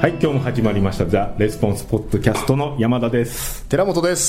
はい、今日も始まりましたザ・レスポンスポッドキャストの山田です。 寺本です。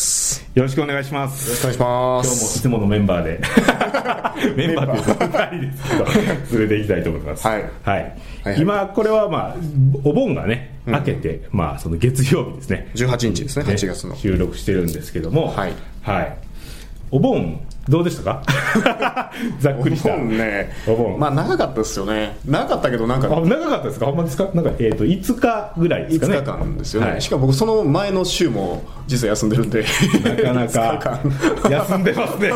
よろしくお願いします。 よろしくお願いします。 今日もいつものメンバーでメンバーっていうと2人ですけど連れていきたいと思います。 はい、 はいはい、今これはまあお盆がね明けて、まあその月曜日ですね、 18日ですね、8月の収録してるんですけども、 はい、 はい、お盆どうでしたかざっくりしたお盆ね、 お盆まあ長かったですよね。長かったけどなんか長かったですか。ほんまですか。なんか5日ぐらいですかね。 5日間ですよね、 はい、 しかも僕その前の週も実は休んでるんでなかなか休んでますね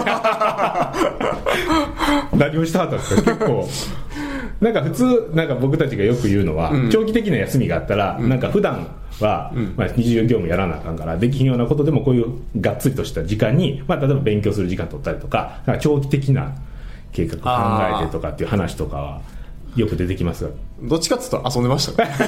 何をしたかったんですか。結構なんか普通なんか僕たちがよく言うのは、長期的な休みがあったら、なんか普段は、まあ、日常業務やらなあかんからできひんようなことでもこういうがっつりとした時間に、まあ、例えば勉強する時間取ったりとか、なんか長期的な計画を考えてとかっていう話とかはよく出てきますが、 どっちかっていうと遊んでましたね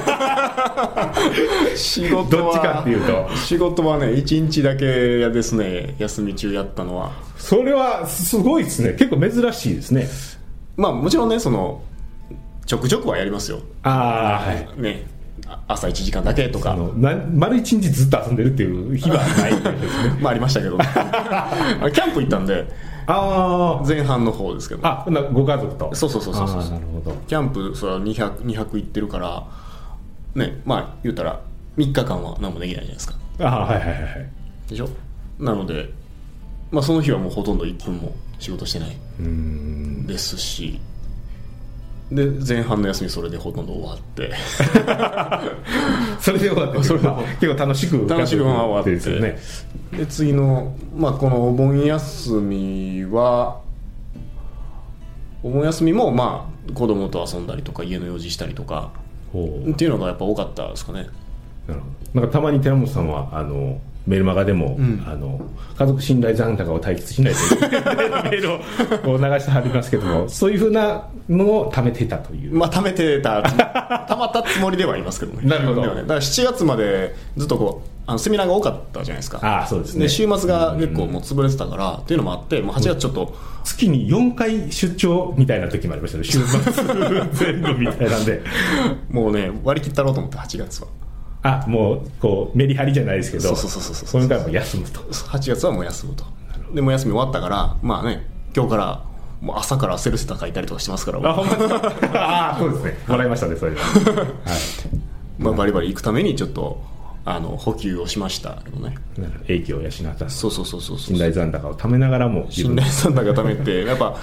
仕事はどっちかっていうと仕事はね1日だけですね、休み中やったのは。 それはすごいですね。結構珍しいですね。 まあもちろんね、そのちょくちょくはやりますよ。 はいね、朝1時間だけとか丸1日ずっと遊んでるっていう日はないですねまあありましたけどキャンプ行ったんで前半の方ですけど、 ご家族と。 そうなるほど。 キャンプそれは2泊行ってるからね、まあ言うたら3日間は何もできないじゃないですか。でしょ。なので、まあ、その日はもうほとんど1分も仕事してないですし、で前半の休みそれでほとんど終わってそれで終わってそれは結構楽しく終わってですよね。で次の、まあ、このお盆休みもまあ子供と遊んだりとか家の用事したりとかっていうのがやっぱ多かったですかね。 なるほど。なんかたまに寺本さんはメルマガでも、家族信頼残高を対決しないというメールを流してはりますけども、そういうふうなのを貯めてたという。 まあ貯めてたたまったつもりではいますけどね。 なるほど。 だから7月までずっとこうセミナーが多かったじゃないですか。 そうですね。 で週末が結構もう潰れてたからっていうのもあって、もう8月ちょっと月に4回出張みたいな時もありましたね。週末全部みたいなんでもうね割り切ったろうと思って8月は。 もうこうメリハリじゃないですけど、 その回も休むと。 8月はもう休むと。でも休み終わったからまあね、今日からもう朝からセルセタ書いたりとかしてますから。 ほんまですか。そうですね、もらいましたねそれははい、 まあ、バリバリ行くためにちょっと補給をしましたけどね。 英気を養ったそう信頼残高を貯めながらも信頼残高貯めてやっぱ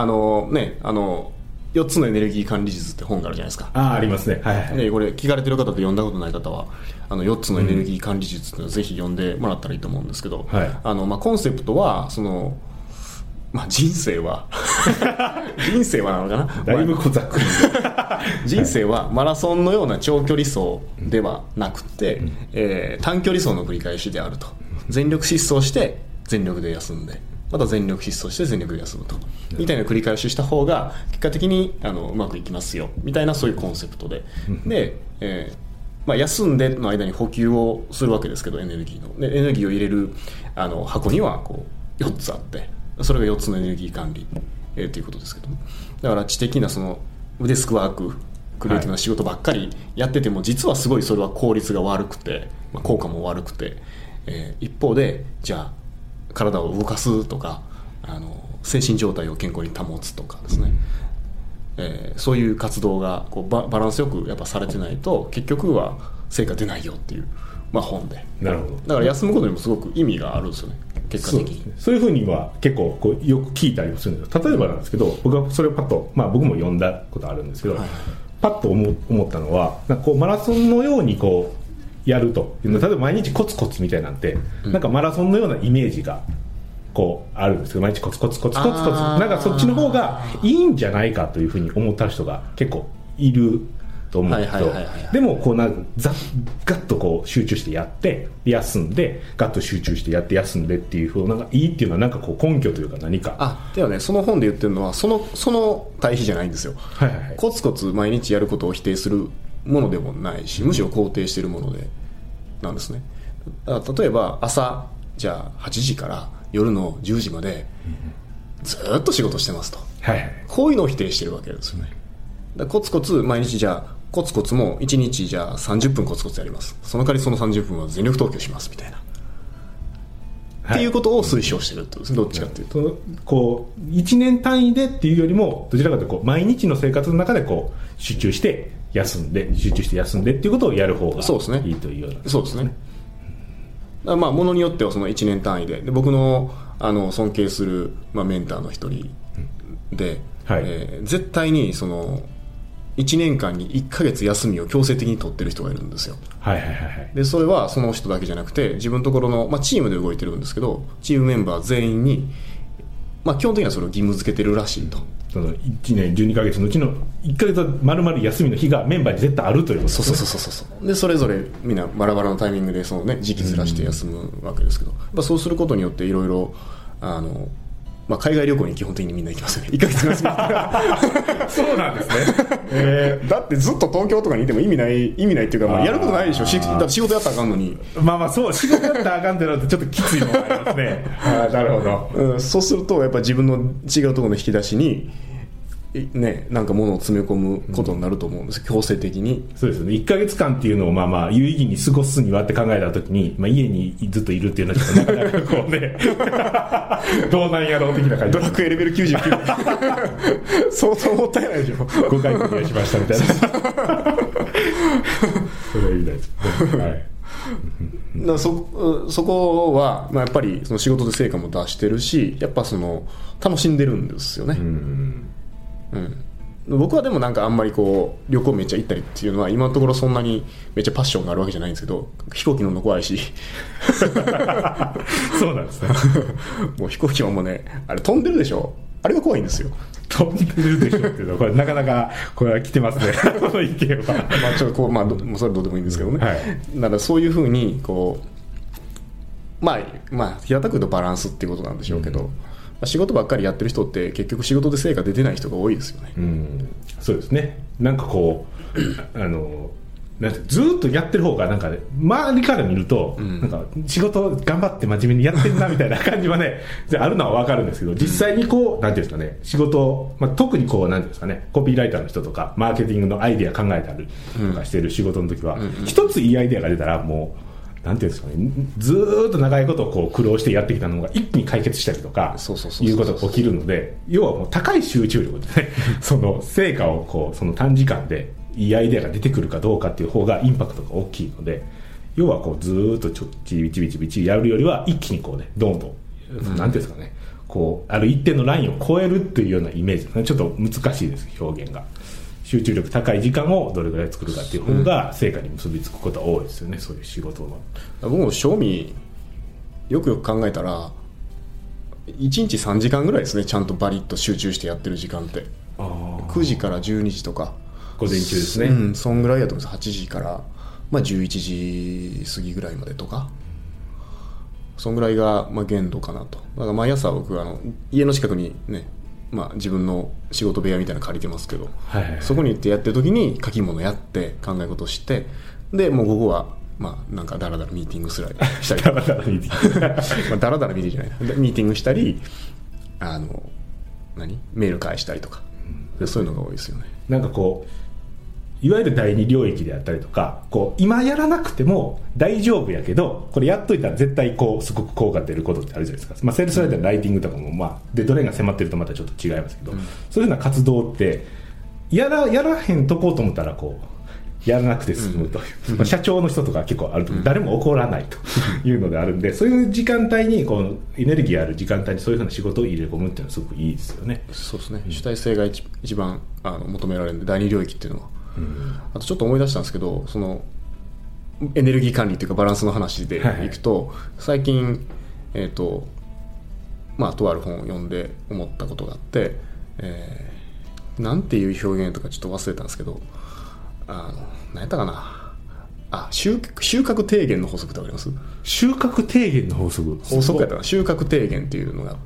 4つのエネルギー管理術って本があるじゃないですか。 ありますね。 これ聞かれてる方と読んだことない方は4つのエネルギー管理術っていうのをぜひ読んでもらったらいいと思うんですけど、まあ、コンセプトはその、まあ、人生はなのかな、 だいぶざっくり人生はマラソンのような長距離走ではなくて、短距離走の繰り返しであると。全力疾走して全力で休んでまた全力疾走して全力で休むとみたいな繰り返しした方が結果的にうまくいきますよみたいな、そういうコンセプトでで、まあ、休んでの間に補給をするわけですけど、エネルギーのでエネルギーを入れる箱にはこう4つあって、それが4つのエネルギー管理、ということですけど、だから知的なそのデスクワーククリエイティブな仕事ばっかりやってても、実はすごいそれは効率が悪くて、まあ、効果も悪くて、一方でじゃあ体を動かすとか精神状態を健康に保つとかですね、そういう活動がこうバランスよくやっぱされてないと結局は成果出ないよっていう、まあ、本で。 なるほど。 だから休むことにもすごく意味があるんですよね、結果的に。 そういうふうには結構こうよく聞いたりもするんです。例えばなんですけど、僕はそれをパッと、まあ、僕も読んだことあるんですけど、パッと思ったのは、なんかこうマラソンのようにこうやると、例えば毎日コツコツみたいなんて、なんかマラソンのようなイメージがこうあるんですけど、毎日コツコツなんかそっちの方がいいんじゃないかというふうに思った人が結構いると思うんですけど、でもこうガッとこう集中してやって休んで、ガッと集中してやって休んでっていう風なのがいいっていうのは、なんかこう根拠というか何か。 ではね、その本で言ってるのはその対比じゃないんですよ。コツコツ毎日やることを否定するものでもないし、むしろ肯定しているものでなんですね。だから例えば朝じゃあ8時から夜の10時までずっと仕事してますと、こういうのを否定してるわけですよね。だからコツコツ毎日じゃあコツコツも1日じゃあ30分コツコツやります、その代わりその30分は全力投球しますみたいな、はい、っていうことを推奨してるってことですね、どっちかっていうと、 こう1年単位でっていうよりもどちらかというとこう毎日の生活の中でこう集中して休んでっていうことをやる方がいいというような、 そうですね。まあものによってはその1年単位で、僕の尊敬する、まあ、メンターの一人で、はい、絶対にその1年間に1ヶ月休みを強制的に取ってる人がいるんですよ。 はいはいはい。 でそれはその人だけじゃなくて自分のところの、まあ、チームで動いてるんですけど、チームメンバー全員に、まあ、基本的にはそれを義務付けてるらしいと。 その1年12ヶ月のうちの1ヶ月は丸々休みの日がメンバーに絶対あるということですね。 そうでそれぞれみんなバラバラのタイミングでその、ね、時期ずらして休むわけですけど、やっぱそうすることによっていろいろまあ、海外旅行に基本的にみんな行きますよね、1ヶ月休みそうなんですね、 だってずっと東京とかにいても意味ないっていうか、まあ、やることないでしょ、だって仕事やったらあかんのに。 まあそう仕事やったらあかんってなるとちょっときついのがありますねなるほど、 そうするとやっぱ自分の違うところの引き出しにね、なんか物を詰め込むことになると思うんです、強制的に。 そうですよね。1ヶ月間っていうのをまあまあ有意義に過ごすにはって考えたときに、まあ、家にずっといるっていうのはちょっとなかなかこうねどうなんやろう的な感じ。 ドラクエレベル99相当もったいないでしょ。 5回クリアしましたみたいなそれは言いたいです、はいだそこは、まあ、やっぱりその仕事で成果も出してるし、やっぱその楽しんでるんですよね。僕はでもなんかあんまりこう旅行めっちゃ行ったりっていうのは今のところそんなにめっちゃパッションがあるわけじゃないんですけど、飛行機乗るの怖いしそうなんですねもう飛行機はもうね、あれ飛んでるでしょ、あれが怖いんですよ。 飛んでるでしょっていうのはこれなかなかこれは来てますねこの意見はまあちょっとこう、まあ、それどうでもいいんですけどね、はい、だからそういうふうにこうまあ平たく言うとバランスっていうことなんでしょうけど、仕事ばっかりやってる人って結局仕事で成果出てない人が多いですよね。 そうですね。なんかこうなんてずっとやってる方がなんか、ね、周りから見ると、なんか仕事頑張って真面目にやってるなみたいな感じはねあるのは分かるんですけど、実際にこうなんていうんですかね、仕事、まあ、特にこうなんていうんですかね、コピーライターの人とかマーケティングのアイデア考えたりとかしている仕事の時は、一ついいアイデアが出たらもうなんていうんですかね、ずーっと長いことをこう苦労してやってきたのが一気に解決したりとかいうことが起きるので、要はもう高い集中力でねその成果をこうその短時間でいいアイデアが出てくるかどうかっていう方がインパクトが大きいので、要はこうずーっとちょっちびちびちびちやるよりは一気にこうねドーンと、なんていうんですかね、こうある一定のラインを超えるっていうようなイメージですね。ちょっと難しいです表現が。集中力高い時間をどれぐらい作るかっていう方が成果に結びつくことは多いですよね、そういう仕事は。 僕も正味よく考えたら1日3時間ぐらいですね、ちゃんとバリッと集中してやってる時間って。9時から12時とか午前中ですね、 そんぐらいだと思います。8時から、まあ、11時過ぎぐらいまでとか、そんぐらいがまあ限度かなと。だから毎朝僕家の近くにね、まあ、自分の仕事部屋みたいなの借りてますけど、そこに行ってやってる時に書き物やって考え事して、でもう午後はまあなんかダラダラミーティングしたりダラダラミーティングまあダラダラミーティングじゃないな、ミーティングしたりメール返したりとか、そういうのが多いですよね。 なんかこういわゆる第二領域であったりとか、こう今やらなくても大丈夫やけどこれやっといたら絶対こうすごく効果出ることってあるじゃないですか。まあ、セールスライターのライティングとかも、まあ、デッドラインが迫ってるとまたちょっと違いますけど、そういうような活動ってやらへんとこうと思ったらこうやらなくて済むという、まあ、社長の人とか結構あると誰も怒らないというのであるんで、そういう時間帯にこうエネルギーある時間帯にそういうふうな仕事を入れ込むっていうのはすごくいいですよね。 そうですね、主体性が一番求められるんで、第二領域っていうのは。あとちょっと思い出したんですけど、そのエネルギー管理というかバランスの話でいくと、最近まあとある本を読んで思ったことがあって、なんていう表現とかちょっと忘れたんですけど、何やったかな、収穫低減の法則ってわかります？ 収穫低減の法則やったら収穫低減っていうのがあって、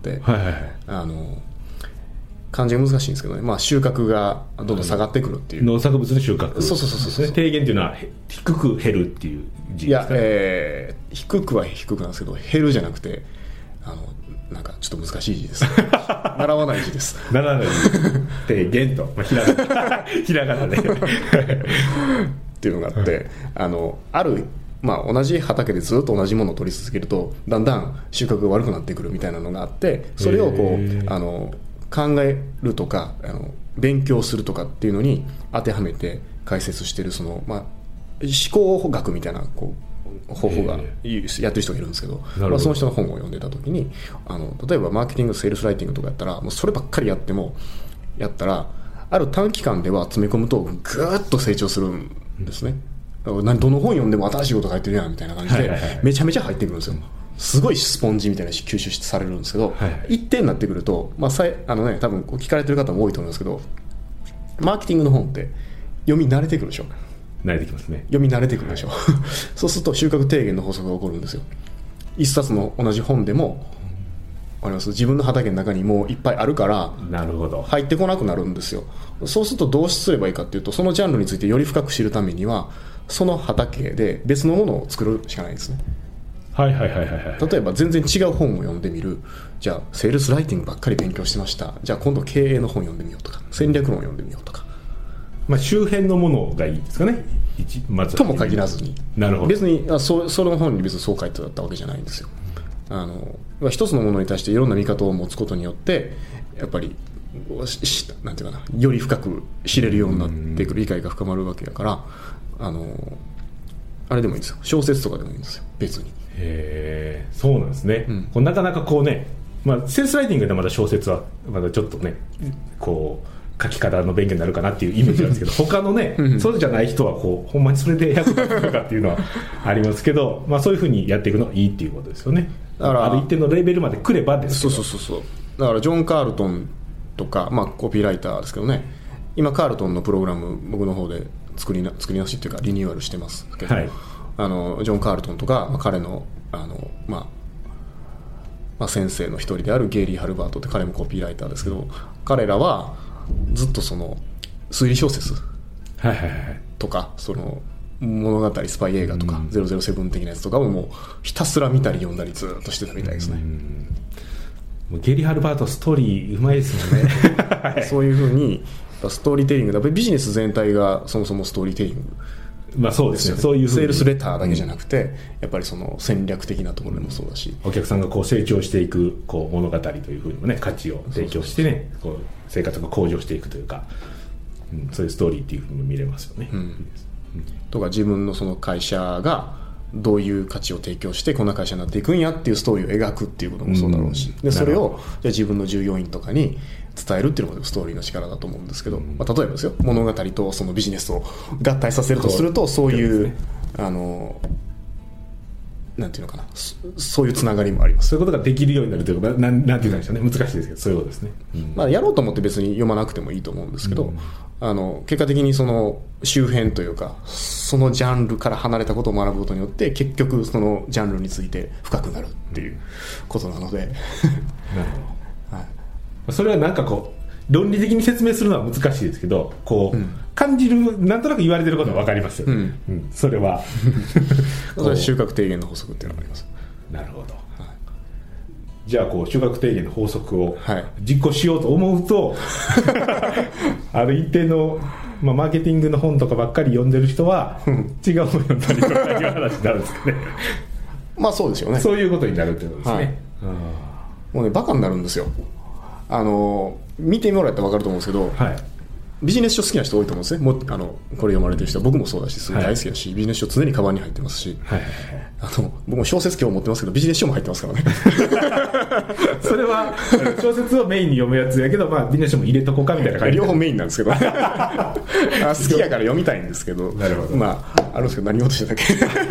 漢字が難しいんですけどね、まあ、収穫がどんどん下がってくるっていう、 農作物の収穫、 そう低減っていうのは低く減るっていう字ですか？ いや、低くは低くなんですけど、減るじゃなくてなんかちょっと難しい字です習わない字です習わない字でゲンと、まあ、ひらがなでっていうのがあって、ある、まあ、同じ畑でずっと同じものを取り続けるとだんだん収穫が悪くなってくるみたいなのがあって、それをこう考えるとか勉強するとかっていうのに当てはめて解説しているその、まあ、思考学みたいなこう方法がやってる人がいるんですけど、まあ、その人の本を読んでた時に例えばマーケティングセールスライティングとかやったらもうそればっかりやったらある短期間では詰め込むとぐーっと成長するんですね。どの本読んでも新しいこと書いてるやんみたいな感じでめちゃめちゃ入ってくるんですよ。すごいスポンジみたいな吸収されるんですけど、一定になってくると、まあ多分聞かれてる方も多いと思うんですけど、マーケティングの本って読み慣れてくるでしょ。 慣れてきますね。 読み慣れてくるでしょ、そうすると収穫低減の法則が起こるんですよ。一冊の同じ本でもあります、自分の畑の中にもういっぱいあるからなるほど入ってこなくなるんですよ。そうするとどうすればいいかっていうと、そのジャンルについてより深く知るためにはその畑で別のものを作るしかないですね。 はいはいはいはい。 例えば全然違う本を読んでみる。じゃあセールスライティングばっかり勉強してました。じゃあ今度経営の本読んでみようとか戦略論を読んでみようとか、 まあ、周辺のものがいいですかね、まずとも限らずに。 なるほど。 別にその本に別にそう書いてあったわけじゃないんですよ。一つのものに対していろんな見方を持つことによってやっぱりなんていうかな、より深く知れるようになってくる、理解が深まるわけだから、あれでもいいんですよ。小説とかでもいいんですよ、別に。 へえ、そうなんですね、こうなかなかこうね、まあ、セールスライティングでまだ小説はまだちょっとねこう書き方の勉強になるかなっていうイメージなんですけど他のねそうじゃない人はこうほんまにそれで役立つのかっていうのはありますけど、まあ、そういうふうにやっていくのがいいっていうことですよね。だからある一定のレベルまで来ればですけど、 そうだからジョン・カールトンとか、まあ、コピーライターですけどね、今カールトンのプログラム僕の方で作り直しっていうかリニューアルしてますけど、はい、ジョン・カールトンとか、まあ、彼のまあ、先生の一人であるゲイリー・ハルバートって彼もコピーライターですけど、彼らはずっとその推理小説とかその物語スパイ映画とか007的なやつとかをもうひたすら見たり読んだりずっとしてたみたいですね。 もうゲイリー・ハルバートストーリーうまいですよねはい、 そういうふうにストーリーテリングだ、ビジネス全体がそもそもストーリーテリング、 まあそうですね、そういうセールスレターだけじゃなくて、やっぱりその戦略的なところでもそうだし、 お客さんがこう成長していくこう物語というふうにもね価値を提供してね、こう生活が向上していくというか、そういうストーリーっていうふうに見れますよね、 とか自分のその会社がどういう価値を提供してこんな会社になっていくんやっていうストーリーを描くっていうこともそうだろうし、でそれをじゃあ自分の従業員とかに伝えるっていうのもストーリーの力だと思うんですけど、まあ、例えばですよ、物語とそのビジネスを合体させるとすると、そういうなんていうのかな、そういうつながりもあります。 そういうことができるようになるというか、なんていうんでしょうね、難しいですけど、そういうことですね、 まあ、やろうと思って別に読まなくてもいいと思うんですけど、結果的にその周辺というかそのジャンルから離れたことを学ぶことによって結局そのジャンルについて深くなるっていうことなのでなるほど、はい、それはなんかこう論理的に説明するのは難しいですけど、こう、感じる、なんとなく言われてることは分かりますよね、それはそれ収穫低減の法則っていうのがあります。 なるほど、じゃあこう収穫低減の法則を実行しようと思うと、ある一定の、まあ、マーケティングの本とかばっかり読んでる人は違うの読んだりとかいう話になるんですかねまあそうですよね、 そういうことになるってことですね、 もうねバカになるんですよ。見てもらったら分かると思うんですけど、ビジネス書好きな人多いと思うんですね。これ読まれてる人は僕もそうだしすごい大好きだし、ビジネス書常にカバンに入ってますし、僕も小説今日持ってますけどビジネス書も入ってますからねそれは小説をメインに読むやつやけど、まあ、ビジネス書も入れとこうかみたいな感じ両方メインなんですけど好きやから読みたいんですけど、 なるほど、 まああるんですけど何事してたっけ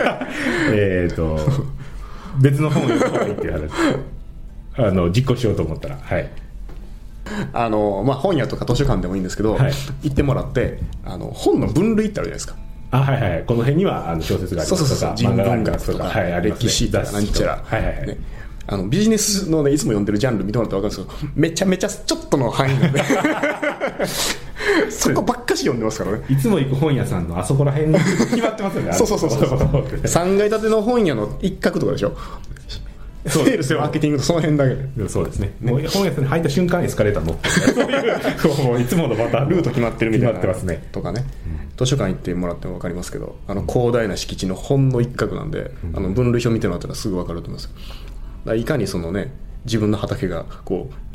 別の本を読む方がいいっていう話実行しようと思ったら、 まあ、本屋とか図書館でもいいんですけど、行ってもらって本の分類ってあるじゃないですか。 この辺には小説がありますとか、 人文学とか、歴史とか何ちゃら、ビジネスの、ね、いつも読んでるジャンル見てもらったら分かるんですけど、めちゃめちゃちょっとの範囲なんでそこばっかし読んでますからね。 いつも行く本屋さんのあそこら辺決まってますよねそう3階建ての本屋の一角とかでしょ。 セールスマーケティングとその辺だけでそうですね。もう本屋さんに入った瞬間エスカレーター乗ってそういうもういつものパターンルート決まってるみたいな決まってますねとかね、図書館行ってもらっても分かりますけど、広大な敷地のほんの一角なんで、分類表見てもらったらすぐ分かると思います。だからいかにそのね、自分の畑がこう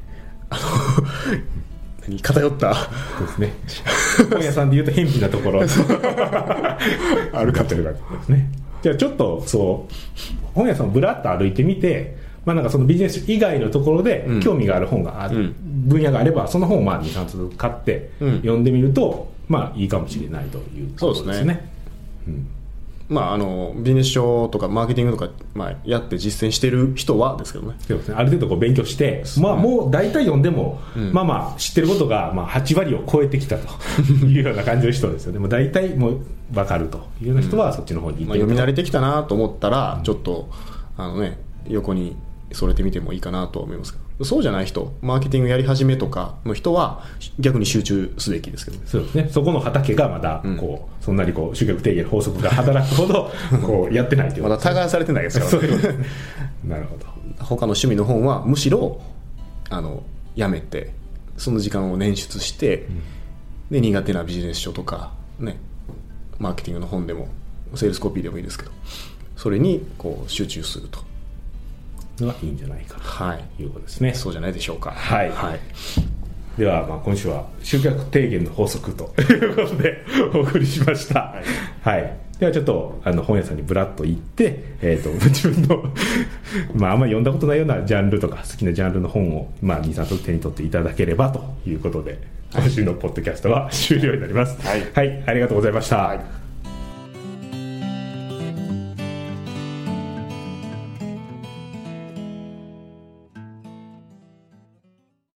偏ったそうですね。本屋さんでいうと偏僻なところあるかというかですね。じゃあちょっとそう本屋さんをぶらっと歩いてみて、まあ、なんかそのビジネス以外のところで興味がある本がある、分野があればその本をまあ 2,3 冊買って読んでみると、まあいいかもしれないということですね。 まあ、ビジネス書とかマーケティングとか、まあ、やって実践してる人はですけどね。 そうですね。ある程度こう勉強して、まあもう大体読んでも、まあまあ知ってることがまあ8割を超えてきたというような感じの人ですよね。もう大体もう分かるというような人はそっちの方に行ってみると、 読み慣れてきたなと思ったら、ちょっと横にそれてみてもいいかなと思いますけど、そうじゃない人、マーケティングやり始めとかの人は逆に集中すべきですけど、 そうですね。そこの畑がまだこう、そんなにこう集客定義の法則が働くほどこうやってないというまだ耕されてないですからね。なるほど。 他の趣味の本はむしろやめて、その時間を捻出して、で苦手なビジネス書とかね、マーケティングの本でもセールスコピーでもいいですけど、それにこう集中するといいんじゃないかということですね。 そうじゃないでしょうか。 はい。ではまあ今週は集客低減の法則ということでお送りしました。はい。ではちょっと本屋さんにブラッと行って、自分のまああんまり読んだことないようなジャンルとか好きなジャンルの本をまあ 2,3 冊手に取っていただければということで、今週のポッドキャストは終了になります。はい。ありがとうございました。